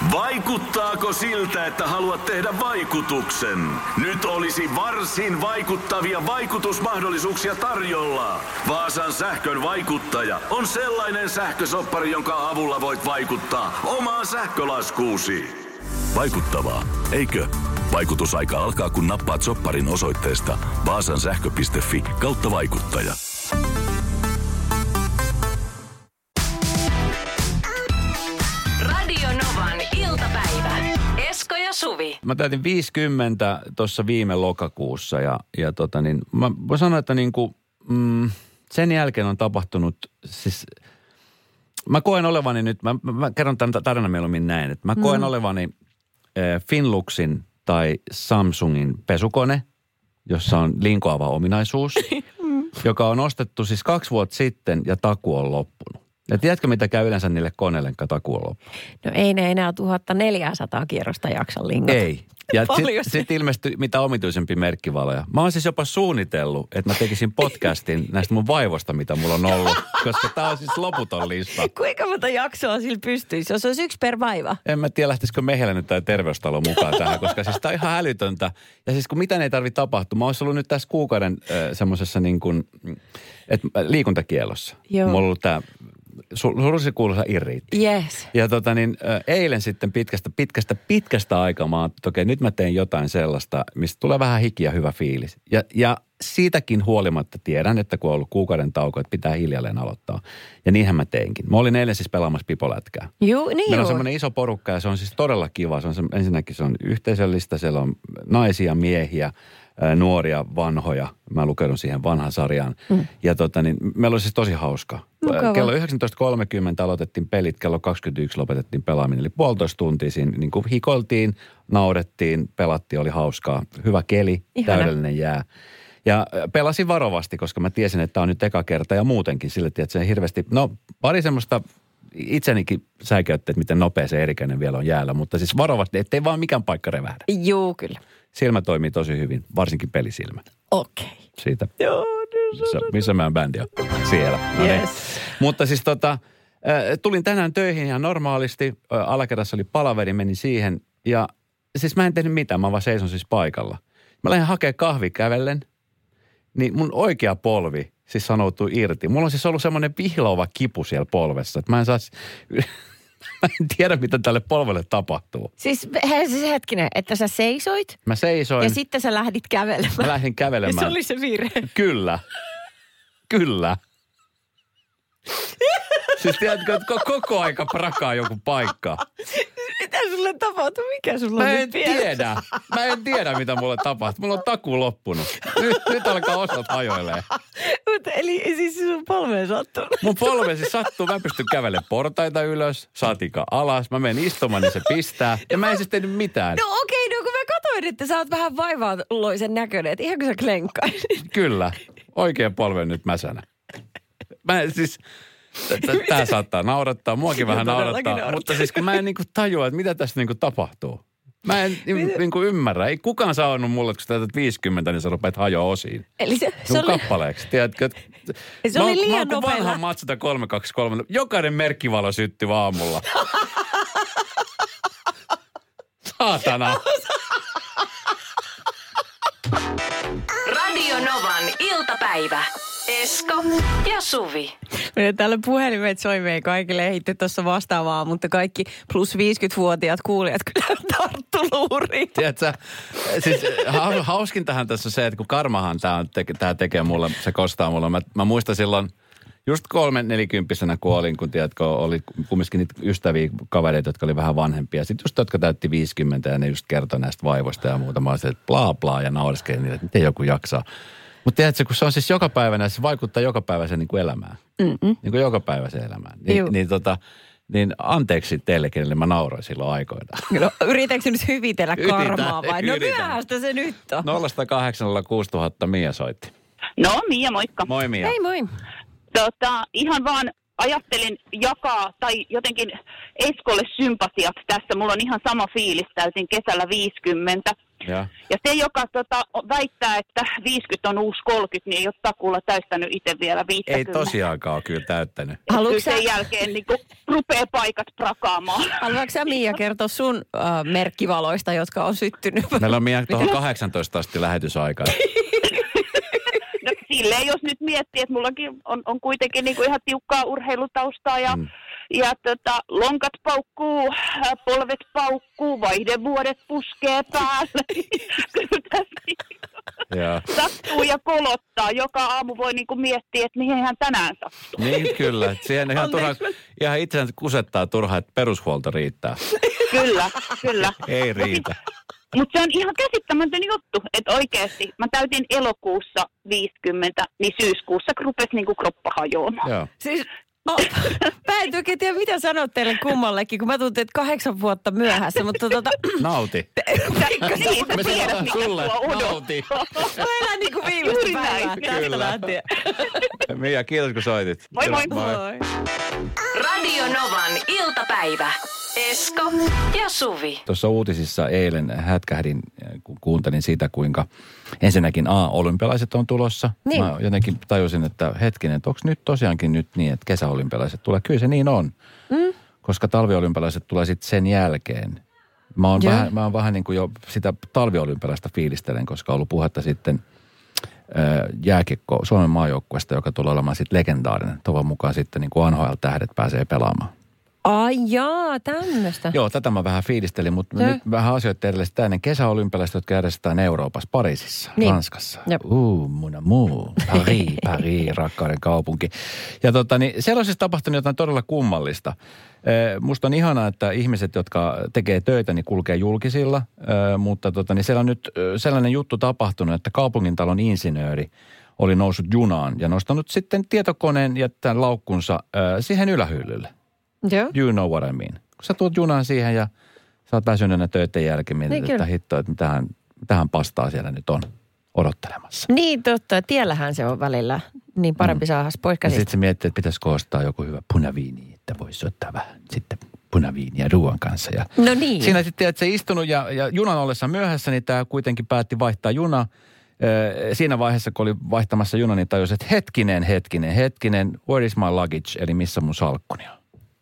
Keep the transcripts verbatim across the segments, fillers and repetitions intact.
Vaikuttaako siltä, että haluat tehdä vaikutuksen? Nyt olisi varsin vaikuttavia vaikutusmahdollisuuksia tarjolla. Vaasan sähkön vaikuttaja on sellainen sähkösoppari, jonka avulla voit vaikuttaa omaan sähkölaskuusi. Vaikuttavaa, eikö? Vaikutusaika alkaa, kun nappaat sopparin osoitteesta vaasansähkö piste fi kautta vaikuttaja. Radio Novan iltapäivä. Esko ja Suvi. Mä täytin viisikymmentä tuossa viime lokakuussa ja, ja tota niin, mä voin sanoa, että niinku, mm, sen jälkeen on tapahtunut, siis mä koen olevani nyt, mä, mä, mä kerron tämän tarinan mieluummin näin, että mä koen mm. olevani äh, Finluxin tai Samsungin pesukone, jossa on linkoava ominaisuus, joka on ostettu siis kaksi vuotta sitten ja taku on loppunut. Ja tiedätkö, mitä käy yleensä niille koneille, kun taku on loppunut? No ei ne enää tuhatneljäsataa kierrosta jaksa linkata. Ei. Ja sitten sit ilmestyi mitä omituisempi merkkivaloja. Mä oon siis jopa suunnitellut, että mä tekisin podcastin näistä mun vaivoista, mitä mulla on ollut. Koska tää on siis loputon lista. Kuinka monta jaksoa sillä pystyisi, jos olisi yksi per vaiva? En mä tiedä, lähtisikö Mehelä nyt tai terveystalo mukaan tähän, koska siis tää on ihan älytöntä. Ja siis kun mitä ei tarvitse tapahtua. Mä oon ollut nyt tässä kuukauden äh, semmoisessa niin kuin, että liikuntakielossa. Joo. Mulla on ollut tää surullisen kuuluisa irriitti. Yes. Ja tota niin, eilen sitten pitkästä, pitkästä, pitkästä aikaa mä oon, että okei, nyt mä teen jotain sellaista, mistä tulee vähän hiki ja hyvä fiilis. Ja, ja siitäkin huolimatta tiedän, että kun on ollut kuukauden tauko, että pitää hiljalleen aloittaa. Ja niinhän mä teinkin. Mä olin eilen siis pelaamassa pipolätkää. Joo, niin Meillä on semmoinen iso porukka ja se on siis todella kiva. Se on se, ensinnäkin se on yhteisöllistä, siellä on naisia, miehiä, nuoria, vanhoja. Mä lukeudun siihen vanhan sarjaan. Mm. Ja tota niin, meillä oli siis tosi hauska. Mukava. Kello yhdeksäntoista kolmekymmentä aloitettiin pelit, kello kaksikymmentäyksi lopetettiin pelaaminen. Eli puolitoista tuntia siinä niin kuin hikoiltiin, naurettiin, pelattiin, oli hauskaa. Hyvä keli, ihana. Täydellinen jää. Ja pelasin varovasti, koska mä tiesin, että tämä on nyt eka kerta ja muutenkin sille, että se hirveästi, no pari semmoista itsenikin säikäytti, että miten nopea se erikäinen vielä on jäällä, mutta siis varovasti, ettei vaan mikään paikka revähdä. Joo, kyllä. Silmä toimii tosi hyvin, varsinkin pelisilmä. Okei. Okay. Siitä. Joo. Missä, missä meidän bändi on? Siellä. No yes. niin. Mutta siis tota, äh, tulin tänään töihin ihan normaalisti. Äh, alakerrassa oli palaveri, menin siihen. Ja siis mä en tehnyt mitään, mä vaan seison siis paikalla. Mä lähdin hakemaan kahvi kävellen. Niin mun oikea polvi siis sanoutui irti. Mulla on siis ollut semmoinen vihloava kipu siellä polvessa. Että mä en saisi... Mä en tiedä, mitä tälle polvelle tapahtuu. Siis, he, siis hetkinen, että sä seisoit? Mä seisoin. Ja sitten sä lähdit kävelemään. Mä lähdin kävelemään. Ja se oli se virhe. Kyllä. Kyllä. Siis tiedätkö, että koko aika prakaa joku paikka. Mitä sulle tapahtui? Mikä sulla Mä on en nyt pielessä? tiedä. Mä en tiedä, mitä mulle tapahtuu. Mulla on takuu loppunut. Nyt, nyt alkaa osat hajoilee. Mutta eli siis sun polveen sattunut. Mun polve siis sattuu. Mä pystyn kävelemään portaita ylös, satika alas. Mä menen istumaan, niin se pistää. Ja mä en siis tehnyt mitään. No okei, okay, no kun mä katsoin, että sä oot vähän vaivaaloisen näköinen. Että ihan kun sä klenkkaisit. Kyllä. Oikein polve nyt mäsänä. Mä en siis... Tää saattaa naurattaa, muakin vähän naurattaa, naurattaa, mutta siis kun mä en niinku tajua, että mitä tässä niinku tapahtuu. Mä en niinku ymmärrä. Ei kukaan saanut mulle, kun sä täytät viisikymmentä, niin sä rupeat hajoa osiin. Eli se, se oli... kappaleeksi, tiedätkö? Se oli liian nopealla. Mä oon vanhan Mazda kolme kaksi kolme. Jokainen merkkivalo syttyi aamulla. Saatana. Radio Novan iltapäivä. Esko ja Suvi. Meidän täällä puhelimet soi meidän kaikille ehitte tuossa vastaavaa, mutta kaikki plus viisikymmentävuotiaat kuulijat kyllä tarttu luuriin. Tiedätkö, siis hauskintahan tässä on se, että kun karmahan tämä te, tekee mulle, se kostaa mulle. Mä, mä muistan silloin just kolme nelikymppisenä kun olin, kun tiedätkö, oli kumminkin niitä ystäviä kavereita, jotka oli vähän vanhempia. Sitten just jotka täytti viisikymmentä ja ne just kertoi näistä vaivoista ja muuta. Mä olisin, että blaa blaa ja nauriskelin niille, että miten joku jaksaa. Mutta tiedätkö, kun se on siis joka päivänä, se vaikuttaa joka päiväiseen niin kuin elämään. Mm-mm. Niin kuin joka päiväiseen elämään. Ni, niin, tota, niin anteeksi teille, kenelle mä nauroin silloin aikoinaan. No, yritätkö nyt hyvitellä karmaa vai? No myöhäistä se nyt on. nolla kahdeksan nolla kuusi tuhatta Mia soitti. No Mia, moikka. Moi Mia. Hei moi. Tota, ihan vaan ajattelin jakaa tai jotenkin Eskolle sympatiat tässä. Mulla on ihan sama fiilis, täytin kesällä viisikymmentä. Ja, ja se, joka tota, väittää, että viisikymmentä on uusi kolmekymmentä, niin ei ole takuulla täyttänyt itse vielä viisikymmentä. ei tosiaankaan ole kyllä täyttänyt. Kyllä sen jälkeen niin rupeaa paikat prakaamaan. Haluatko sä, Mia, kertoa sun äh, merkkivaloista, jotka on syttynyt? Meillä on Mia tuohon kahdeksantoista asti lähetysaikaa. No, silleen, jos nyt miettii, että mullakin on, on kuitenkin niin kuin ihan tiukkaa urheilutaustaa ja, mm. ja tota, lonkat paukkuu, polvet paukkuu, vaihdevuodet puskee päälle. Kyllä tässä sattuu ja kolottaa. Joka aamu voi niin kuin miettiä, että mihin hän tänään sattuu. Niin kyllä. Siihen ihan, turha, ihan itseään kusettaa turhaa, että perushuolto riittää. Kyllä, kyllä. Ei riitä. Mutta se on ihan käsittämätön juttu, että oikeasti mä täytin elokuussa viisikymmentä, niin syyskuussa rupesi niinku kroppa hajoamaan. Joo. Siis, oh, mä en oikein tiedä, mitä sanot teille kummallekin, kun mä tuntin, että kahdeksan vuotta myöhässä, mutta tota... Nauti. Niin, me sanotaan sulle, nauti. Mä elän niinku viimeistä päivää. Kyllä. Lähtien. Mia, kiitos kun soitit. Moi moi. Moi. Radio Novan iltapäivä. Esko ja Suvi. Tuossa uutisissa eilen hätkähdin, kun kuuntelin siitä, kuinka ensinnäkin A, olympialaiset on tulossa. Niin. Mä jotenkin tajusin, että hetkinen, että onko nyt tosiaankin nyt niin, että kesäolympialaiset tulee. Kyllä se niin on, mm. koska talviolympialaiset tulee sitten sen jälkeen. Mä oon, vähän, mä oon vähän niin kuin jo sitä talviolympialaista fiilistelen, koska on ollut puhetta sitten jääkiekko Suomen maajoukkueesta, joka tulee olemaan sitten legendaarinen. Toivon mukaan sitten niin kuin N H L-tähdet pääsee pelaamaan. Ai jaa, tämmöistä. Joo, tätä mä vähän fiilistelin, mutta nyt vähän asioita edelleen sitä ennen kesäolympialaiset, jotka järjestetään Euroopassa, Pariisissa, niin. Ranskassa. Uu, mon amour, Paris, Paris, rakkauden kaupunki. Ja tota, niin siellä on siis tapahtunut jotain todella kummallista. Musta on ihanaa, että ihmiset, jotka tekee töitä, niin kulkee julkisilla, mutta tota, niin siellä on nyt sellainen juttu tapahtunut, että kaupungintalon insinööri oli noussut junaan ja nostanut sitten tietokoneen ja tämän laukkunsa siihen ylähyllylle. Joo. You know what I mean. Kun sä tuot junaan siihen ja sä oot väsyneenä töiden jälkeen, mietit, niin että hitto, että mitähän, mitähän pastaa siellä nyt on odottelemassa. Niin totta, tiellähän se on välillä niin parempi mm. saada pois käsistä. Ja sitten se miettii, että pitäisikö ostaa joku hyvä punaviini, että voisi ottaa vähän sitten punaviiniä ruoan kanssa. Ja no niin. Siinä sitten, että se istunut ja, ja junan ollessa myöhässä, niin tämä kuitenkin päätti vaihtaa juna. Siinä vaiheessa, kun oli vaihtamassa junan, niin tajusi, että hetkinen, hetkinen, hetkinen, where is my luggage, eli missä mun salkkuni on.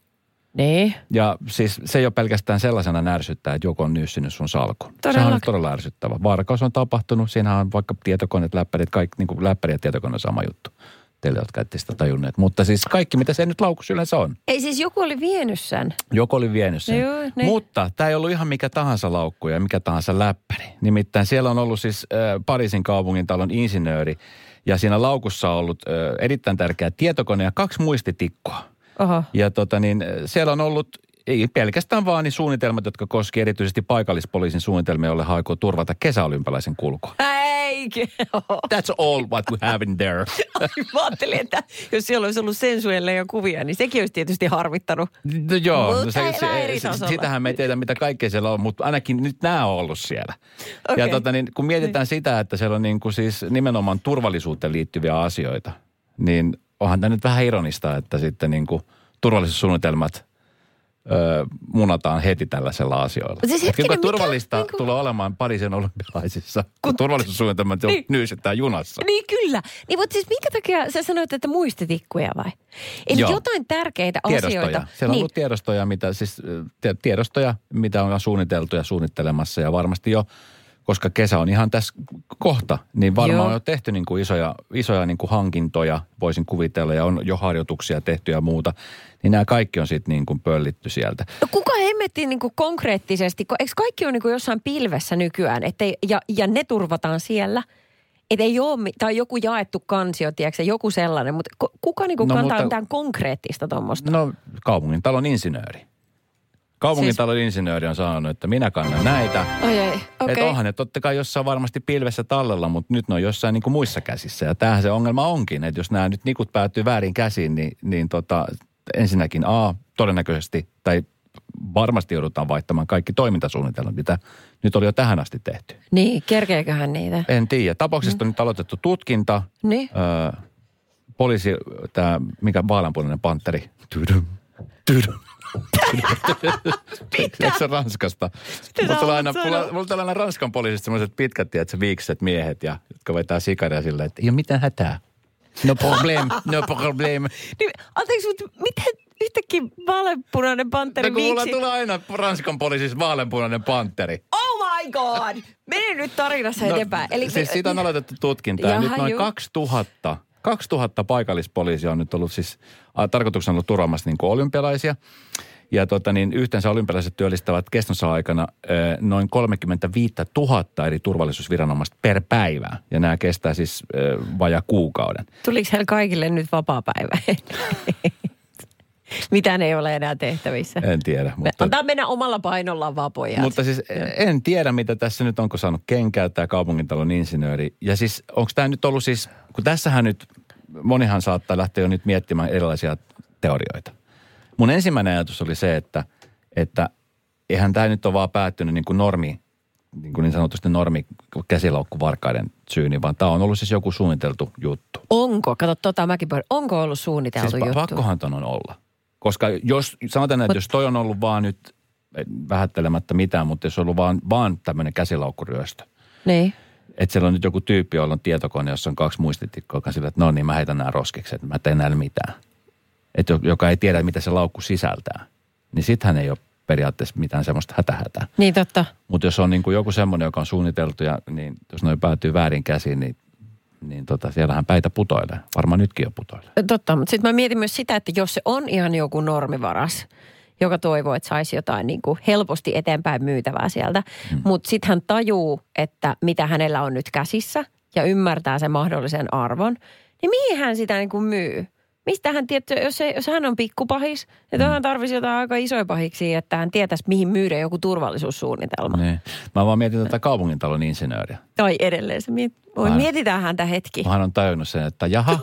Niin. Ja siis se ei ole pelkästään sellaisena närsyttää, että joku on nyyssinyt sun salkun. Todella. Se on todella ärsyttävä. Varkaus on tapahtunut. Siinähän on vaikka tietokoneet, läppärit, kaikki, niin kuin läppäri ja tietokone on sama juttu. Teille, jotka ette sitä tajunneet. Mutta siis kaikki, mitä se nyt laukussa yleensä on. Ei siis joku oli vienyt sen. Joku oli vienyt sen. Joo, niin. Mutta tämä ei ollut ihan mikä tahansa laukku ja mikä tahansa läppäri. Nimittäin siellä on ollut siis äh, Pariisin kaupungintalon insinööri. Ja siinä laukussa on ollut äh, erittäin tärkeä tietokone ja kaksi muistitikkoa. Oho. Ja tota niin, siellä on ollut ei pelkästään vaan niin suunnitelmat, jotka koski erityisesti paikallispoliisin suunnitelmia, jolle aikoo turvata kesäolympialaisen kulkua. Eikä. That's all what we have in there. Mä ajattelin, että jos siellä olisi ollut sensuelleja kuvia, niin sekin olisi tietysti harmittanut. No joo, mutta no se, se, se, sitähän me ei tiedä, mitä kaikkea siellä on, mutta ainakin nyt nämä on ollut siellä. Okay. Ja tota niin, kun mietitään niin. sitä, että siellä on niin kuin siis nimenomaan turvallisuuteen liittyviä asioita, niin onhan tämä nyt vähän ironista, että sitten niin kuin turvallisuussuunnitelmat Öö, munataan heti tällaisella asioilla. Siis hetkinen, kuinka turvallista mikä, niin kuin... tulee olemaan Pariisin olympialaisissa, kun, kun turvallisuussuunnitelmat niin. nyysyttää junassa. Niin kyllä. Niin, mutta siis minkä takia sä sanoit, että muistitikkuja vai? Eli Joo. jotain tärkeitä tiedostoja. asioita. Siellä on niin. ollut tiedostoja, mitä, siis, tiedostoja, mitä on suunniteltu ja suunnittelemassa ja varmasti jo, koska kesä on ihan tässä kohta, niin varmaan Joo. on jo tehty niin kuin isoja, isoja niin kuin hankintoja, voisin kuvitella, ja on jo harjoituksia tehty ja muuta. Niin nämä kaikki on sitten niin kuin pöllitty sieltä. No kuka hemmetti niin kuin konkreettisesti, eikö kaikki ole niin kuin jossain pilvessä nykyään, ettei, ja, ja ne turvataan siellä? Että ei ole, tai joku jaettu kansio, tiedätkö, joku sellainen, mutta kuka niin kuin no, kantaa mutta, mitään konkreettista tuommoista? No kaupungintalon insinööri. Kaupungintalon siis... insinööri on sanonut, että minä kannan näitä. Oi ei, okei. Okay. Että onhan ne totta kai jossain varmasti pilvessä tallella, mutta nyt ne on jossain niin kuin muissa käsissä. Ja tämähän se ongelma onkin, että jos nämä nyt nikut päätyy väärin käsiin, niin, niin tota, ensinnäkin A, todennäköisesti, tai varmasti joudutaan vaihtamaan kaikki toimintasuunnitelmat, mitä nyt oli jo tähän asti tehty. Niin, kerkeeköhän niitä? En tiedä. Tapauksesta mm. on nyt aloitettu tutkinta. Niin. Öö, poliisi, tämä, mikä vaaleanpunainen pantteri. Tydym, tydym. Eikö se Ranskasta? Mulla tulee aina, mulla, mulla tulee aina Ranskan poliisista sellaiset pitkät, tiedätkö, viikset miehet, ja, jotka vetää sikaria silleen, että ei ole mitään hätää. No problem, no problem. Niin, anteeksi, mutta miten yhtäkkiä vaaleanpunainen pantteri, no, kun miksi? mulla tulee aina Ranskan poliisissa vaaleanpunainen pantteri. Oh my god! Mene nyt tarinassa no, eteenpäin. Eli, siis siitä on aloitettu tutkintaa. Ja nyt noin juu. kaksituhatta, kaksituhatta paikallispoliisia on nyt ollut siis, äh, tarkoituksena ollut turvaamassa niin kuin olympialaisia. Ja tota niin, yhteensä olympialaiset työllistävät kestonsa aikana äh, noin kolmekymmentäviisituhatta eri turvallisuusviranomaista per päivä. Ja nämä kestää siis äh, vajaa kuukauden. Tuliko heillä kaikille nyt vapaapäivä? Mitään ei ole enää tehtävissä. En tiedä. Mutta, antaa mennä omalla painollaan vaan pojat. Mutta siis en tiedä, mitä tässä nyt onko saanut kenkää tämä kaupungintalon insinööri. Ja siis onko tämä nyt ollut siis, kun tässähän nyt, monihan saattaa lähteä jo nyt miettimään erilaisia teorioita. Mun ensimmäinen ajatus oli se, että, että eihän tämä nyt ole vaan päättynyt niin kuin normi, niin kuin niin sanotusti normi käsilaukkuvarkaiden syyni, vaan tämä on ollut siis joku suunniteltu juttu. Onko? Kato tota mäkin pohdin. Onko ollut suunniteltu siis juttu? Pakkohan ton on olla. Koska jos, sanotaan, että Mut, jos toi on ollut vaan nyt, vähättelemättä mitään, mutta jos on ollut vaan, vaan tämmöinen käsilaukkuryöstö. Niin. Että siellä on nyt joku tyyppi, jolla on tietokone, jossa on kaksi muistitikkoa, joka on sillä, että no niin, mä heitän nämä roskiksi, että mä teen näillä mitään. Että joka ei tiedä, mitä se laukku sisältää. Niin sittenhän ei ole periaatteessa mitään semmoista hätähätää. Niin totta. Mutta jos on niin kuin joku semmoinen, joka on suunniteltu ja niin, jos noin päätyy väärin käsiin, niin niin tota, siellähän päitä putoilee. Varmaan nytkin jo putoilee. Totta, mutta sitten mä mietin myös sitä, että jos se on ihan joku normivaras, joka toivoo, että saisi jotain niin kuin helposti eteenpäin myytävää sieltä, hmm. mutta sitten hän tajuu, että mitä hänellä on nyt käsissä ja ymmärtää sen mahdollisen arvon, niin mihin hän sitä niin kuin myy? Mistä hän tietää, jos, se, jos hän on pikkupahis, niin hmm. hän tarvitsisi jotain aika isoja pahiksia, että hän tietäisi, mihin myydä joku turvallisuussuunnitelma. Niin. Mä vaan mietin tätä kaupungintalon insinööriä. Tai edelleen se miet... Mietitään häntä hetki. Hän on tajunnut sen, että jaha,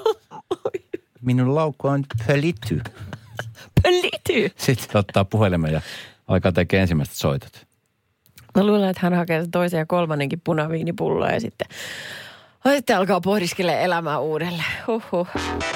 minun laukku on pölity. Pölity? Sitten ottaa puhelimen ja alkaa tekemään ensimmäiset soitot. Mä luulen, että hän hakee toisen ja kolmannenkin punaviinipulloa ja sitten, sitten alkaa pohdiskelemaan elämää uudelleen. Huhhuh.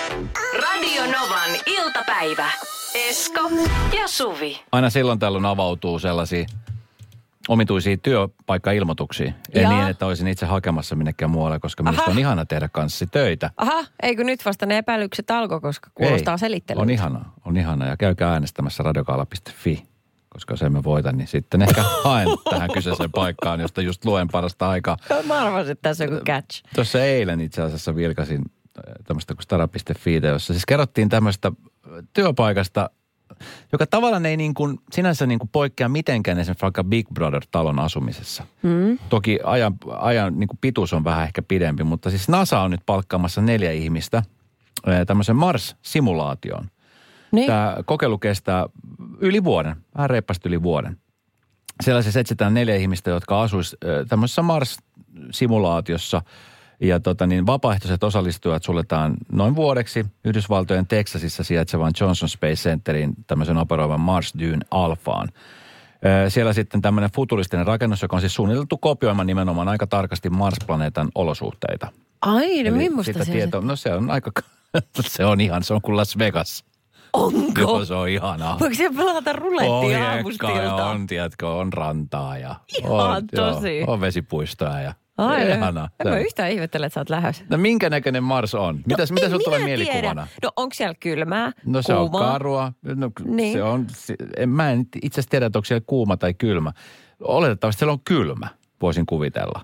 Radio Novan iltapäivä. Esko ja Suvi. Aina silloin tällöin avautuu sellaisia omituisia työpaikkailmoituksia. Ei Jaa. niin, että olisin itse hakemassa minnekään muualle, koska minusta Aha. on ihana tehdä kanssasi töitä. Aha, eikö nyt vasta ne epäilykset alkoi, koska kuulostaa Ei, selittelyltä. on ihana, on ihana. Ja käykää äänestämässä radiokaala piste fi, koska jos emme voita, niin sitten ehkä haen tähän kyseiseen paikkaan, josta just luen parasta aikaa. Mä arvasin, että tässä on joku catch. Tuossa eilen itse asiassa vilkasin tämmöistä kuin stara piste fi, jossa siis kerrottiin tämmöistä työpaikasta, joka tavallaan ei niin kuin, sinänsä niin kuin poikkea mitenkään esimerkiksi vaikka Big Brother-talon asumisessa. Mm. Toki ajan, ajan niin kuin pituus on vähän ehkä pidempi, mutta siis NASA on nyt palkkaamassa neljä ihmistä tämmöisen Mars-simulaatioon. Niin. Tämä kokeilu kestää yli vuoden, vähän reippaasti yli vuoden. Siellä siis etsitään neljä ihmistä, jotka asuisi tämmöisessä Mars-simulaatiossa. Ja tota niin, vapaaehtoiset osallistujat suljetaan noin vuodeksi Yhdysvaltojen Texasissa sijaitsevan Johnson Space Centerin tämmöisen operoivan Mars Dune Alphaan. Siellä sitten tämmöinen futuristinen rakennus, joka on siis suunniteltu kopioimaan nimenomaan aika tarkasti Mars-planeetan olosuhteita. Ai, no millaista se tieto, no se on aika, se on ihan, se on kuin Las Vegas. Onko? Joo, se on ihanaa. Voiko siellä pelata rulettia aamustilta? On, tiedätkö, on rantaa ja ihan on, tosi. Joo, on vesipuistoa ja ai, ihanaa. En mä yhtään ihmettele, että sä oot lähdössä. No minkä näköinen Mars on? Mitäs, no, mitä sulla tulee mielikuvana? No onko siellä kylmää, No se kuumaa? on karua. No, niin. se on, se, en, mä en itse asiassa tiedä, että onko siellä kuuma tai kylmä. Oletettavasti siellä on kylmä, voisin kuvitella.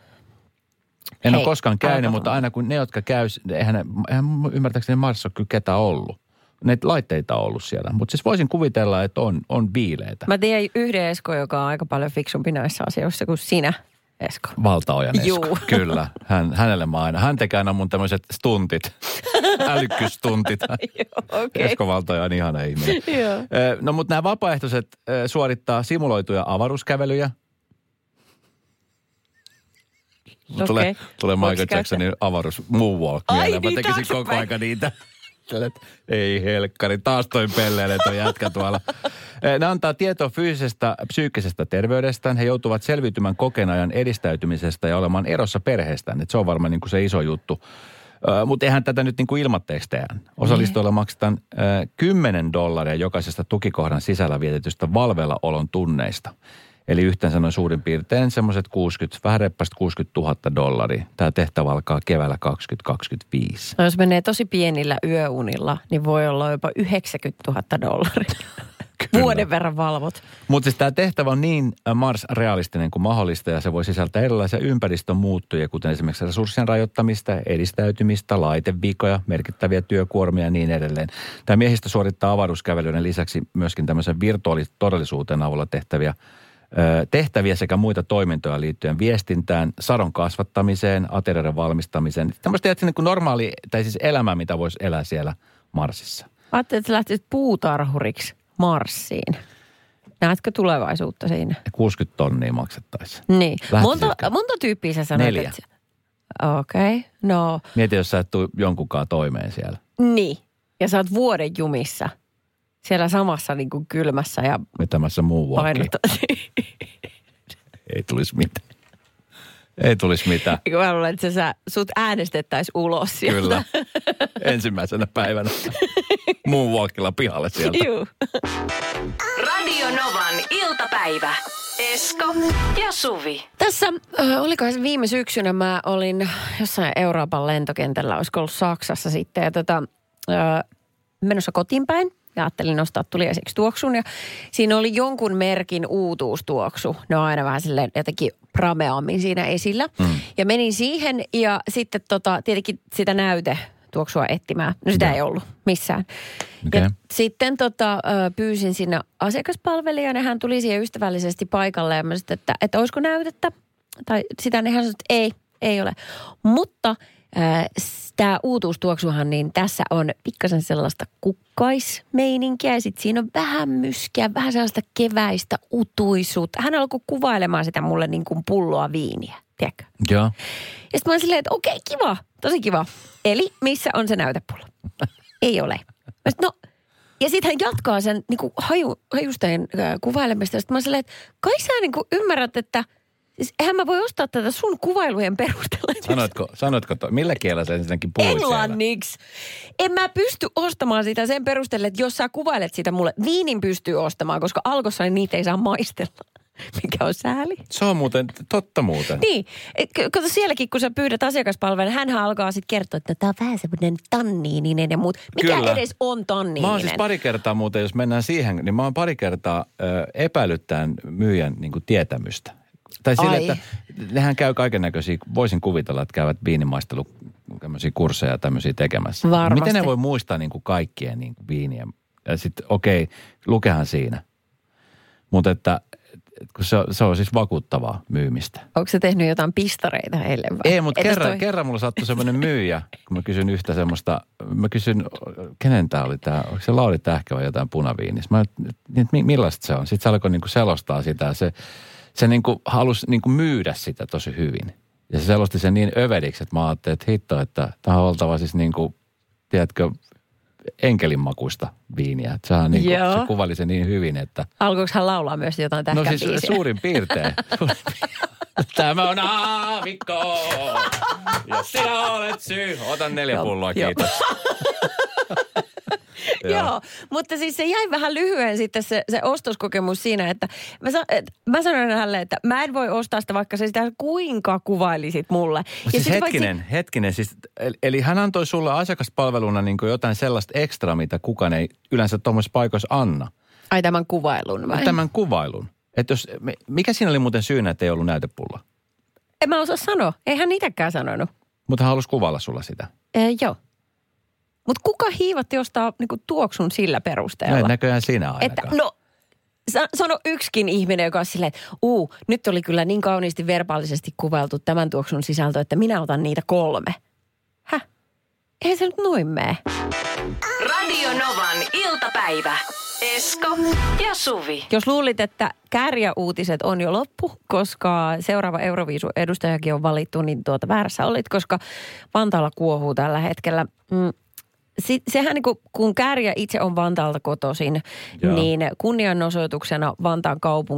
En Hei, ole koskaan käynyt, mutta aina kun ne, jotka käy, eihän, eihän ymmärtääkseni Mars ole kyllä ketään ollut. Ne laitteita on ollut siellä, mutta siis voisin kuvitella, että on, on biileitä. Mä tiedän yhden Esko, joka on aika paljon fiksumpi näissä asioissa kuin sinä, Esko. Valtaojan Esko, Juu. kyllä. Hän, hänelle mä aina. Hän tekee aina mun tämmöiset stuntit, älykkystuntit. Joo, okay. Esko Valtaoja on ihana ihminen. Joo. No mutta nämä vapaaehtoiset suorittaa simuloituja avaruuskävelyjä. Okay. Tulee, tulee Michael Jacksonin avaruus moonwalk mieleen. Mä tekisin koko päin. Aika niitä. Ei helkkari, taas toi pelleille toi jätkä tuolla. Ne antaa tietoa fyysisestä, psyykkisestä terveydestään. He joutuvat selviytymään kokeen ajan edistäytymisestä ja olemaan erossa perheestään. Et se on varmaan niin kuin se iso juttu. Ö, mutta eihän tätä nyt niin kuin ilmatteeksi tehdä. Osallistuilla maksetaan ö, kymmenen dollaria jokaisesta tukikohdan sisällä vietetystä valveillaolon tunneista. Eli yhteensä noin suurin piirtein semmoiset kuusikymmentä, vähän reppasta kuusikymmentätuhatta dollaria. Tämä tehtävä alkaa keväällä kaksituhattakaksikymmentäviisi. No jos menee tosi pienillä yöunilla, niin voi olla jopa yhdeksänkymmentätuhatta dollaria. Vuoden verran valvot. Mutta siis tämä tehtävä on niin Mars-realistinen kuin mahdollista ja se voi sisältää erilaisia ympäristön muuttujia, kuten esimerkiksi resurssien rajoittamista, edistäytymistä, laitevikoja, merkittäviä työkuormia ja niin edelleen. Tämä miehistö suorittaa avaruuskävelyiden lisäksi myöskin tämmöisen virtuaalitodellisuuden avulla tehtäviä tehtäviä sekä muita toimintoja liittyen viestintään, sadon kasvattamiseen, aterioiden valmistamiseen. Tämmöistä niin kuin normaali, tai siis elämää, mitä voisi elää siellä Marsissa. Ajattelin, että sä lähtisit puutarhuriksi Marsiin. Näetkö tulevaisuutta siinä? kuusikymmentä tonnia maksettaisiin. Niin. Monta, monta tyyppiä sä sanoit? Neljä. Okei, okay. No. Mieti, jos sä et tule jonkunkaan toimeen siellä. Niin. Ja sä oot vuoden jumissa. Siellä samassa niin kuin kylmässä ja vetämässä muun painota. Ei tulisi mitään. Ei tulisi mitään. Mä luulen, että sä, sut äänestettäisiin ulos sieltä. Kyllä. Ensimmäisenä päivänä muun walkilla pihalle sieltä. Juu. Radio Novan iltapäivä. Esko ja Suvi. Tässä, äh, olikohan se viime syksynä, mä olin jossain Euroopan lentokentällä, olisiko ollut Saksassa sitten, ja tota, äh, menossa kotiin päin. Ja ajattelin nostaa tuliaiseksi tuoksun ja siinä oli jonkun merkin uutuustuoksu. Ne on aina vähän silleen jotenkin prameammin siinä esillä. Mm. Ja menin siihen ja sitten tota, tietenkin sitä näytetuoksua etsimään. No sitä no. ei ollut missään. Okay. Ja sitten tota, pyysin sinne asiakaspalvelijan ja hän tuli siihen ystävällisesti paikalle ja mä sanoin, että, että olisiko näytettä. Tai sitä ne hän sanoi, että ei, ei ole. Mutta tämä uutuustuoksuhan, niin tässä on pikkasen sellaista kukkaismeininkiä ja sitten siinä on vähän myskiä, vähän sellaista keväistä utuisuutta. Hän alkoi kuvailemaan sitä mulle niin kuin pulloa viiniä, tiedätkö? Joo. Ja sitten mä olin silleen, että okei, kiva, tosi kiva. Eli missä on se näytepullo? Ei ole. Mä sit, no, ja sitten hän jatkaa sen niin kuin haju, hajusteen äh, kuvailemista. Sitten mä olin silleen, että kai sä niin kuin ymmärrät, että siis eihän mä voi ostaa tätä sun kuvailujen perusteella. Sanoitko, sanoitko to, millä kielellä sä ensinnäkin puhuit siellä? Englanniksi. En mä pysty ostamaan sitä sen perusteella, että jos sä kuvailet sitä mulle, viinin pystyy ostamaan, koska Alkossa niin niitä ei saa maistella. Mikä on sääli. Se on muuten, totta muuten. Niin. Kato sielläkin, kun sä pyydät asiakaspalvelun, hänhän alkaa sitten kertoa, että tää on vähän semmoinen tanniininen ja muut. Mikä Kyllä. edes on tanniininen? Mä oon siis pari kertaa muuten, jos mennään siihen, niin mä oon pari kertaa ö, epäilyttäen myyjän niin kuin tietämystä. Tai sille, Ai. että nehän käy kaiken näköisiä, voisin kuvitella, että käyvät viinimaistelu tämmöisiä kursseja ja tämmöisiä tekemässä. Varmasti. Miten ne voi muistaa niin kuin kaikkien niin kuin viinien? Ja sitten okei, okay, lukehan siinä. Mutta että kun se, se on siis vakuuttavaa myymistä. Onko se tehnyt jotain pistareita heille vai? Ei, mutta kerran, toi... kerran mulla sattui semmoinen myyjä, kun mä kysyn yhtä semmoista, mä kysyn, kenen tää oli tää, onko se Lauri Tähkä vai jotain punaviinis? Mä että millaista se on? Sitten se alkoi niinku selostaa sitä, se, se niinku halusi niinku myydä sitä tosi hyvin. Ja se selosti sen niin överiksi, että mä ajattelin, että hitto, että tämä on oltava siis niinku, tiedätkö, enkelinmakuista viiniä. Sehän niin kuin, se kuvaili se niin hyvin, että... Alkoiko hän laulaa myös jotain Tähkän No siis biisiä? suurin piirtein. Tämä on aavikko, jos sinä olet syy. Otan neljä pulloa, kiitos. Joo, mutta siis se jäi vähän lyhyen sitten se, se ostoskokemus siinä, että mä, sa, et, mä sanoin hänelle, että mä en voi ostaa sitä, vaikka se sitä kuinka kuvailisit mulle. Ja siis sit hetkinen, vaikka... hetkinen. Siis, eli hän antoi sulle asiakaspalveluna niin kuin jotain sellaista ekstraa, mitä kukaan ei yleensä tuommoisessa paikoissa anna. Ai tämän kuvailun vai? Tämän kuvailun. Että jos, mikä siinä oli muuten syynä, että ei ollut näytepulloa? En mä osaa sanoa. Eihän niitäkään sanonut. Mutta hän halusi kuvailla sulla sitä. E, joo. Mutta kuka hiivatti ostaa niinku tuoksun sillä perusteella? No näköjään sinä ainakaan. Että, no, sano yksikin ihminen, joka on silleen, että uu, nyt oli kyllä niin kauniisti verbaalisesti kuvailtu tämän tuoksun sisältö, että minä otan niitä kolme. Häh? Eihän se nyt noin mene. Radio Novan iltapäivä. Esko ja Suvi. Jos luulit, että kärjäuutiset on jo loppu, koska seuraava Euroviisu-edustajakin on valittu, niin tuota väärässä olit, koska Vantaalla kuohuu tällä hetkellä. Mm. Sehän niin kuin, kun Kärjä itse on Vantaalta kotoisin, Joo. niin kunnianosoituksena Vantaan kaupunki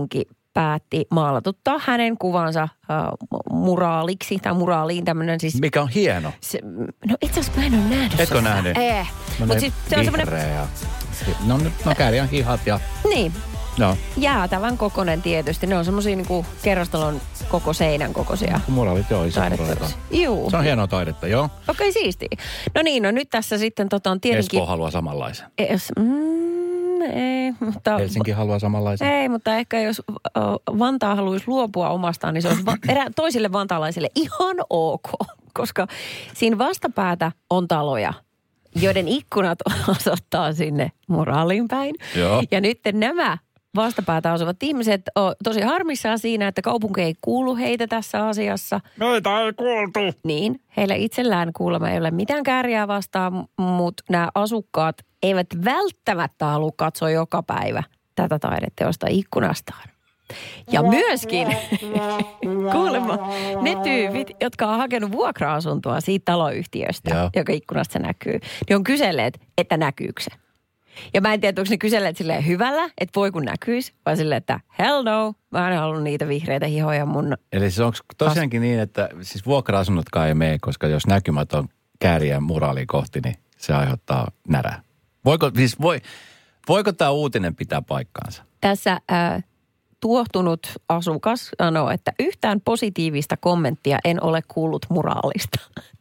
päätti maalatuttaa hänen kuvansa uh, muraaliksi, tai muraaliin tämmöinen siis... Mikä on hieno. Se, no itse asiassa mä en ole nähnyt. Etkö nähnyt? Ei. No Mutta siis se on semmoinen... Ja... No, no kääriän hihat ja... Niin. No. Jäätävän kokoinen tietysti. Ne on semmosia niinku kerrostalon koko seinän kokoisia. Muraalit, joo, iso muraalit. Juu. Se on hienoa taidetta, joo. Okei, okay, siistiä. No niin, no nyt tässä sitten tota on tietenkin... Espoo haluaa samanlaisen. Es, mm, ei, mutta... Helsinki haluaa samanlaisen. Ei, mutta ehkä jos Vantaa haluaisi luopua omastaan, niin se olisi va- erä, toisille vantaalaisille ihan ok. Koska siinä vastapäätä on taloja, joiden ikkunat osoittaa sinne moraaliin päin. Joo. Ja nyt nämä vastapäätä asuvat ihmiset on tosi harmissaan siinä, että kaupunki ei kuulu heitä tässä asiassa. Meitä ei kuultu. Niin, heillä itsellään kuulemma ei ole mitään kääriää vastaan, mutta nämä asukkaat eivät välttämättä halua katsoa joka päivä tätä taideteosta ikkunastaan. Ja myöskin, kuulemma, ne tyypit, jotka on hakenut vuokra-asuntoa siitä taloyhtiöstä, Joo. joka ikkunasta näkyy, niin on kyselleet, että näkyykö se. Ja mä en tiedä, onko ne kyselleet silleen hyvällä, että voi kun näkyisi, vai silleen, että hell no, mä en halua niitä vihreitä hihoja mun... Eli se onko tosiaankin niin, että siis vuokra-asunnotkaan ei mene, koska jos näkymät on kääriä muraaliin kohti, niin se aiheuttaa närää. Voiko, siis voi, voiko tämä uutinen pitää paikkaansa? Tässä... Äh, Tuohtunut asukas sanoo, että yhtään positiivista kommenttia en ole kuullut muraalista.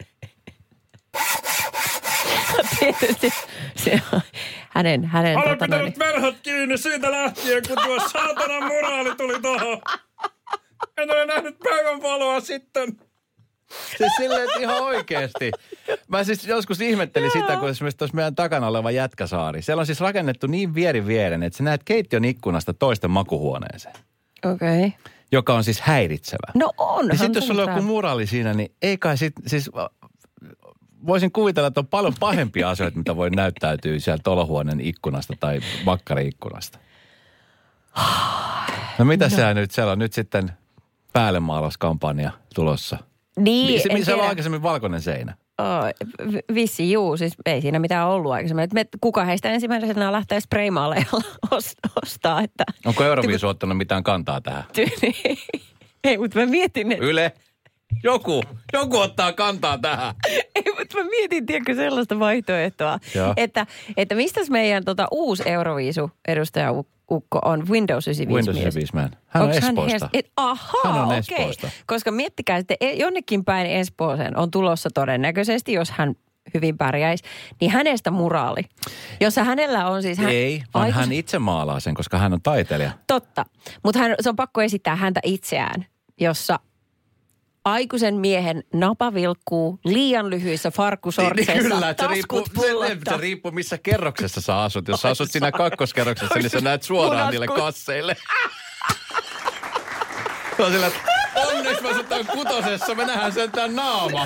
Tietysti se on hänen... hänen olen tota, pitänyt noin... verhot kiinni siitä lähtien, kun tuo saatanan muraali tuli tuohon. En ole nähnyt päivänvaloa sitten. Siis silleen, että ihan oikeasti. Mä siis joskus ihmettelin sitä, kun esimerkiksi tuossa meidän takana oleva Jätkäsaari. Siellä on siis rakennettu niin vieri vieren, että sä näet keittiön ikkunasta toisten makuhuoneeseen. Okei. Okay. Joka on siis häiritsevä. No on. Ja sitten jos sulla on joku muraali siinä, niin ei kai sit, siis voisin kuvitella, että on paljon pahempia asioita, mitä voi näyttäytyä sieltä olohuoneen ikkunasta tai makkari-ikkunasta. No mitä no. siellä nyt, siellä on nyt sitten päällemaalaskampanja tulossa. Niin, Mi- se on aikaisemmin valkoinen seinä. Oh, vissi, juu. Siis ei siinä mitään ollut aikaisemmin. Me, kuka heistä ensimmäisenä lähtee spraymaaleilla ostaa, että... Onko Euroviisu ottanut mitään kantaa tähän? Ei, mutta mä mietin, että... Yle? Joku, joku ottaa kantaa tähän. Ei, mutta mä mietin, tiedätkö, sellaista vaihtoehtoa, että, että mistäs meidän tota, uusi Euroviisu-edustaja Ukko on Windows yhdeksänkymmentäviisi Windows yhdeksänkymmentäviisi man. Hän on Espoosta. Hän, ahaa, hän on okei. Espoosta. Koska miettikää, että jonnekin päin Espooseen on tulossa todennäköisesti, jos hän hyvin pärjäisi, niin hänestä muraali. Jossa hänellä on siis... Hän, Ei, vaan aikus... hän itse maalaa sen, koska hän on taiteilija. Totta, mutta hän, se on pakko esittää häntä itseään, jossa... Aikuisen miehen napa vilkkuu liian lyhyissä farkkusortseissa. Niin, kyllä, se riippuu, se, se riippuu missä kerroksessa sä asut. Jos sä asut siinä kakkoskerroksessa, niin sä näet suoraan niille kasseille. Se on sillä, että onneksi mä asutaan kutosessa, me nähdään sentään naama.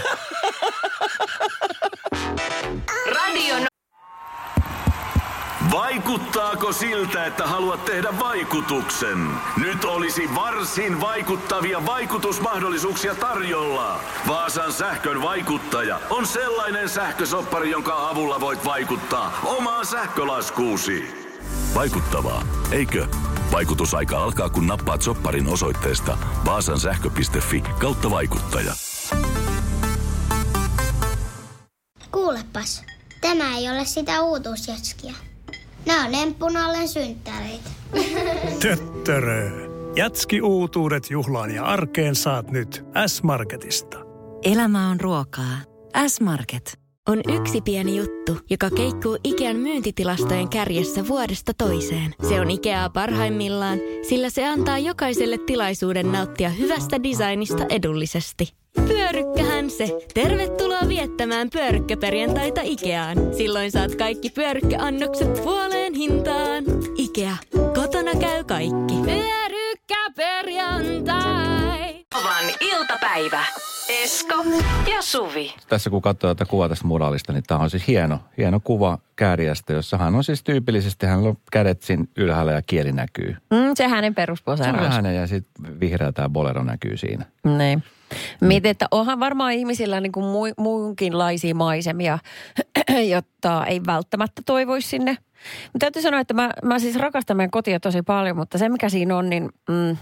Radio Vaikuttaako siltä, että haluat tehdä vaikutuksen? Nyt olisi varsin vaikuttavia vaikutusmahdollisuuksia tarjolla. Vaasan sähkön vaikuttaja on sellainen sähkösoppari, jonka avulla voit vaikuttaa omaan sähkölaskuusi. Vaikuttavaa, eikö? Vaikutusaika alkaa, kun nappaat sopparin osoitteesta vaasansähkö piste fi kautta vaikuttaja. Kuulepas, tämä ei ole sitä uutuusjatskia. Nämä on emppunallen synttäreitä. Töttörö. Jatski-uutuudet juhlaan ja arkeen saat nyt S-Marketista. Elämä on ruokaa. S-Market on yksi pieni juttu, joka keikkuu Ikean myyntitilastojen kärjessä vuodesta toiseen. Se on Ikeaa parhaimmillaan, sillä se antaa jokaiselle tilaisuuden nauttia hyvästä designista edullisesti. Pyörykkähän se. Tervetuloa viettämään pyörykkäperjantaita Ikeaan. Silloin saat kaikki pyörykkäannokset puoleen hintaan. Ikea. Kotona käy kaikki. Pyörykkäperjantai. Novan iltapäivä. Esko ja Suvi. Tässä kun katsoo tätä kuvaa tästä muraalista, niin tämä on siis hieno, hieno kuva kääriästä, jossa hän on siis tyypillisesti, hän on kädet siinä ylhäällä ja kieli näkyy. Mm, se hänen perusposeeraus. Se on hänen ja sitten vihreä tämä bolero näkyy siinä. Niin. Mietin, että onhan varmaan ihmisillä niin kuin mu- muunkinlaisia maisemia, jotta ei välttämättä toivoisi sinne Mutta täytyy sanoa, että mä, mä siis rakastan meidän kotia tosi paljon, mutta se mikä siinä on, niin mm,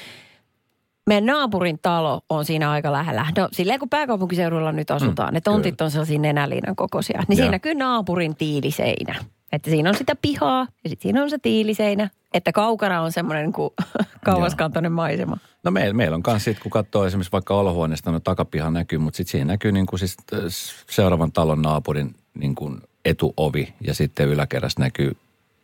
meidän naapurin talo on siinä aika lähellä. No silleen kun pääkaupunkiseudulla nyt asutaan, mm, ne tontit kyllä on sellaisia nenäliinan kokoisia, niin ja siinä näkyy naapurin tiiliseinä. Että siinä on sitä pihaa ja sitten siinä on se tiiliseinä, että kaukana on semmoinen niin kuin kauaskantoinen maisema. No meillä, meillä on myös sitten, kun katsoo esimerkiksi vaikka olohuoneesta, no takapiha näkyy, mutta sitten siinä näkyy niin kuin siis seuraavan talon naapurin niin kuin etuovi ja sitten yläkerrassa näkyy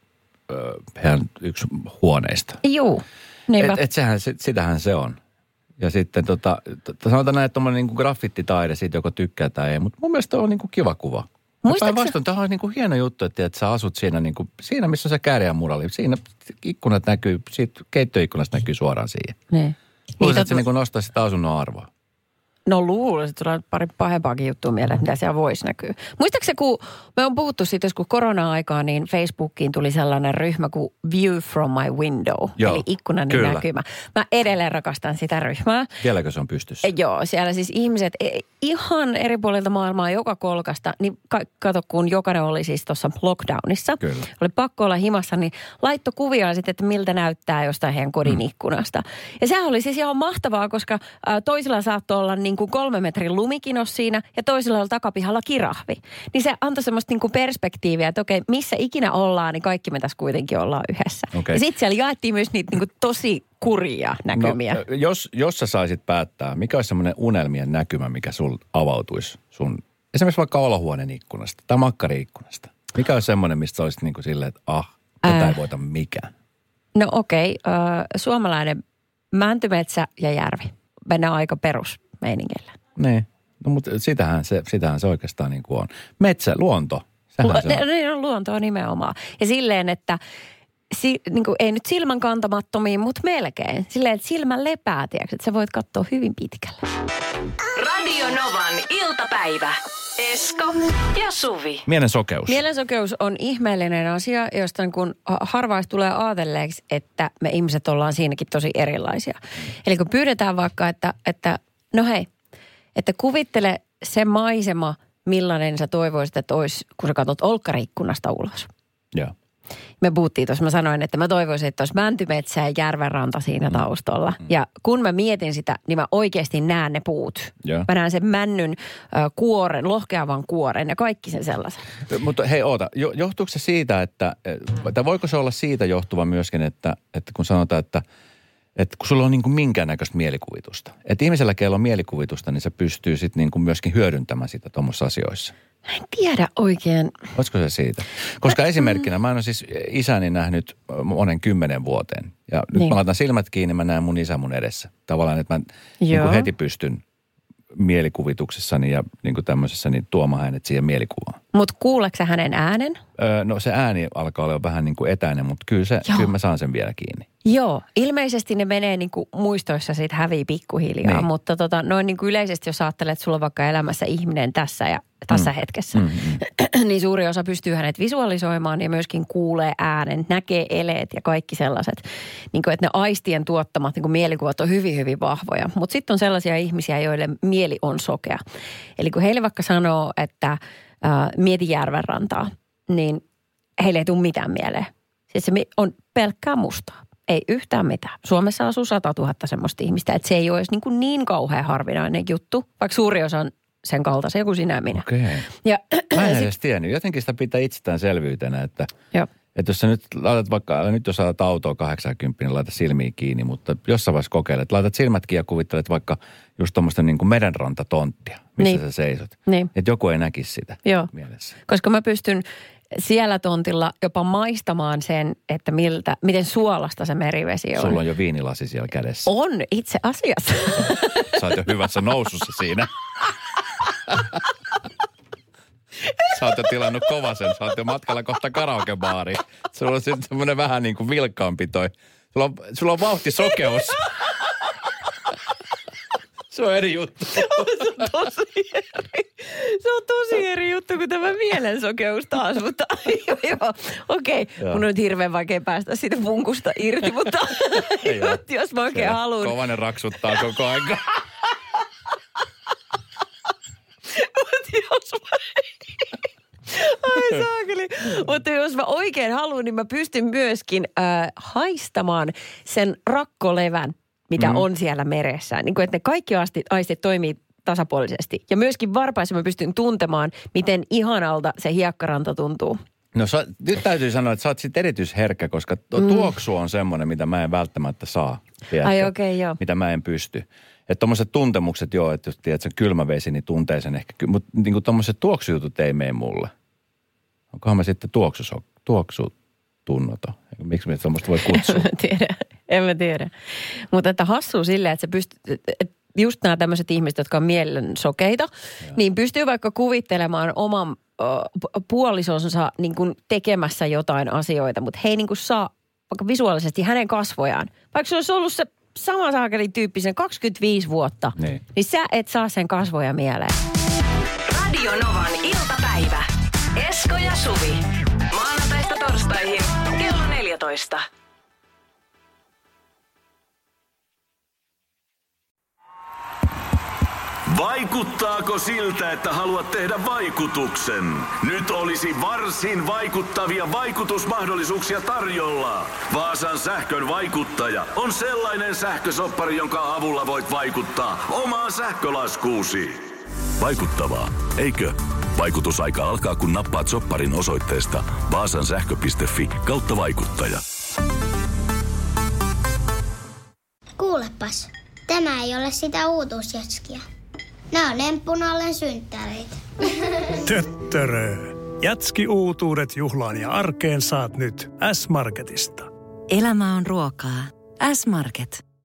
ö, heidän yksi huoneista. Juu, niinpä. Et, et sehän, sitähän se on. Ja sitten tota, sanotaan näin, että tommoinen niin kuin graffititaide, siitä joko tykkää tai ei, mutta mun mielestä on niin kuin kiva kuva. Päinvastoin, tämä on niin kuin hieno juttu, että, että sä asut siinä, niin kuin, siinä missä on se kääriän murali. Siinä ikkunat näkyy, siitä keittiöikkunasta näkyy suoraan siihen. Niin. Luulisin, että se niin kuin nostaa sitä asunnon arvoa. No luulisin, että tulee pari pahempaakin juttua mieleen, mitä siellä voisi näkyä. Muistaakseni, kun me on puhuttu siitä joskus korona-aikaa, niin Facebookiin tuli sellainen ryhmä kuin View from my window, joo, eli ikkunan näkymä. Mä edelleen rakastan sitä ryhmää. Vieläkö se on pystyssä? Joo, siellä siis ihmiset ihan eri puolilta maailmaa joka kolkasta, niin kato kun jokainen oli siis tuossa lockdownissa. Kyllä. Oli pakko olla himassa, niin laitto kuvia sitten, että miltä näyttää jostain heidän kodin mm. ikkunasta. Ja sehän oli siis ihan mahtavaa, koska toisilla saattoi olla niin kuin kolme metrin lumikinos siinä ja toisilla oli takapihalla kirahvi. Niin se antoi semmoista niin kuin perspektiiviä, että okei, missä ikinä ollaan, niin kaikki me tässä kuitenkin ollaan yhdessä. Okay. Ja sitten siellä jaettiin myös niitä niin kuin tosi kurjia näkymiä. No, jos, jos sä saisit päättää, mikä olisi semmoinen unelmien näkymä, mikä sul avautuisi sun, esimerkiksi vaikka olohuoneen ikkunasta tai makkari-ikkunasta. Mikä olisi semmoinen, mistä sä olisit niin kuin silleen, että ah, tätä äh. ei voita mikään? No okei, okay, äh, suomalainen mäntymetsä ja järvi. Mennään aika perusmeiningeillä. Niin, no mutta sitähän se, sitähän se oikeastaan niin kuin on. Metsä, luonto, sehän Lu- se on. Niin on luontoa nimenomaan. Ja silleen, että Si, niin kuin, ei nyt silmän kantamattomiin, mutta melkein. Silleen, että silmän lepää, tiedätkö, että sä voit katsoa hyvin pitkälle. Radio Novan iltapäivä. Esko ja Suvi. Mielensokeus. Mielensokeus on ihmeellinen asia, josta niin kun harvaista tulee ajatelleeksi, että me ihmiset ollaan siinäkin tosi erilaisia. Eli kun pyydetään vaikka, että, että no hei, että kuvittele se maisema, millainen sä toivoisit, että olisi, kun sä katsot olkkariikkunasta ulos. Joo. Me puhuttiin tuossa, mä sanoin, että mä toivoisin, että olisi mäntymetsä ja järvenranta siinä taustalla. Mm. Ja kun mä mietin sitä, niin mä oikeasti näen ne puut. Yeah. Mä näen sen männyn äh, kuoren, lohkeavan kuoren ja kaikki sen sellaisen. Mutta hei oota, jo, johtuuko se siitä, että, että voiko se olla siitä johtuva myöskin, että, että kun sanotaan, että, että kun sulla on niin kuin minkäännäköistä mielikuvitusta. Että ihmisellä, keillä on mielikuvitusta, niin se pystyy sitten niin kuin myöskin hyödyntämään sitä tuommoisissa asioissa. Mä en tiedä oikein. Olisiko se siitä? Koska mä, esimerkkinä mä en ole siis isäni nähnyt monen kymmenen vuoteen. Ja nyt niin. Mä laitan silmät kiinni, mä näen mun isä mun edessä. Tavallaan, että mä niin kuin heti pystyn mielikuvituksessani ja niin kuin tämmöisessäni tuomaan hänet siihen mielikuvaan. Mutta kuuleeko sä hänen äänen? Öö, no se ääni alkaa olla vähän niin kuin etäinen, mutta kyllä, se, kyllä mä saan sen vielä kiinni. Joo, ilmeisesti ne menee niin kuin muistoissa siitä hävii pikkuhiljaa, niin. Mutta tota, noin niin kuin yleisesti jos ajattelet, että sulla on vaikka elämässä ihminen tässä ja tässä mm. hetkessä, mm, mm. niin suuri osa pystyy hänet visualisoimaan ja myöskin kuulee äänen, näkee eleet ja kaikki sellaiset, niin kuin, että ne aistien tuottamat niin kuin mielikuvat on hyvin, hyvin vahvoja. Mutta sitten on sellaisia ihmisiä, joille mieli on sokea. Eli kun heille vaikka sanoo, että äh, mieti järvenrantaa, niin heille ei tule mitään mieleen. Siis se on pelkkää mustaa. Ei yhtään mitään. Suomessa asuu sata tuhatta semmoista ihmistä, että se ei ole edes niin, kuin niin kauhean harvinainen juttu, vaikka suuri osa on sen kaltaisia kuin sinä ja minä. Okei. Ja, mä en edes tiennyt. Jotenkin sitä pitää itsestäänselvyytenä, että, että jos sä nyt laitat vaikka, nyt jos saat autoa kahdeksankymmentä, niin laita silmiä kiinni, mutta jossain vaiheessa kokeilet. Laitat silmät kiinni ja kuvittelet vaikka just tuommoista niin kuin merenrantatonttia, missä niin. sä seisot. Niin. Että joku ei näkisi sitä Joo. mielessä. Koska mä pystyn siellä tontilla jopa maistamaan sen, että miltä, miten suolasta se merivesi on. Sulla on jo viinilasi siellä kädessä. On, itse asiassa. Sä oot jo hyvässä nousussa siinä. Sä oot jo tilannut kovasen, sä oot jo matkalla kohta karaokebaariin. Sulla on sitten semmoinen vähän niin kuin vilkkaampi toi. Sulla on, sulla on vauhtisokeus. Se on eri juttu. Se on tosi eri. Se on tosi eri juttu kuin tämä mielensokeus taas, mutta joo, joo. Okei, okay. Mun on nyt hirveän vaikea päästä siitä punkusta irti, mutta jos mä oikein haluan. Kovanen raksuttaa koko ajan. Mutta jos mä... Ai saakeli. Mutta jos mä oikein haluan, niin mä pystyn myöskin äh, haistamaan sen rakkolevän, mitä mm. on siellä meressä. Niin kuin, että ne kaikki aistit, aistit toimii tasapuolisesti. Ja myöskin varpaissa mä pystyn tuntemaan, miten ihanalta se hiekkaranta tuntuu. No sä, nyt täytyy sanoa, että sä oot sitten erityisherkkä, koska tuo mm. tuoksu on semmoinen, mitä mä en välttämättä saa. Tiedätkö? Ai okei, okay, joo. Mitä mä en pysty. Että tommoset tuntemukset, joo, että jos tiedät, se kylmä vesi, niin tuntee sen ehkä. Mutta niin tommoset tuoksujutut ei mene mulle. Onkohan mä sitten tuoksus, tuoksutunnoton? Miksi me tommoista voi kutsua? En mä tiedä, en mä tiedä. Mutta että hassuu silleen, että sä pystyt, just nämä tämmöiset ihmiset, jotka on mielen sokeita, ja. niin pystyy vaikka kuvittelemaan oman puolisonsa niin kuin tekemässä jotain asioita, mutta he ei niin kuin saa vaikka visuaalisesti hänen kasvojaan. Vaikka se olisi ollut se sama saakelin tyyppisen kaksikymmentäviisi vuotta, niin. niin sä et saa sen kasvoja mieleen. Radio Novan iltapäivä. Esko ja Suvi. Maanantaista torstaihin kello neljätoista. Vaikuttaako siltä, että haluat tehdä vaikutuksen? Nyt olisi varsin vaikuttavia vaikutusmahdollisuuksia tarjolla. Vaasan sähkön vaikuttaja on sellainen sähkösoppari, jonka avulla voit vaikuttaa omaan sähkölaskuusi. Vaikuttavaa, eikö? Vaikutusaika alkaa, kun nappaat sopparin osoitteesta vaasansähkö piste fi kautta vaikuttaja. Kuulepas, tämä ei ole sitä uutuusjatskia. Nämä on emppunallen synttäreitä. Töttörö. Jatski-uutuudet juhlaan ja arkeen saat nyt S-Marketista. Elämä on ruokaa. S-Market.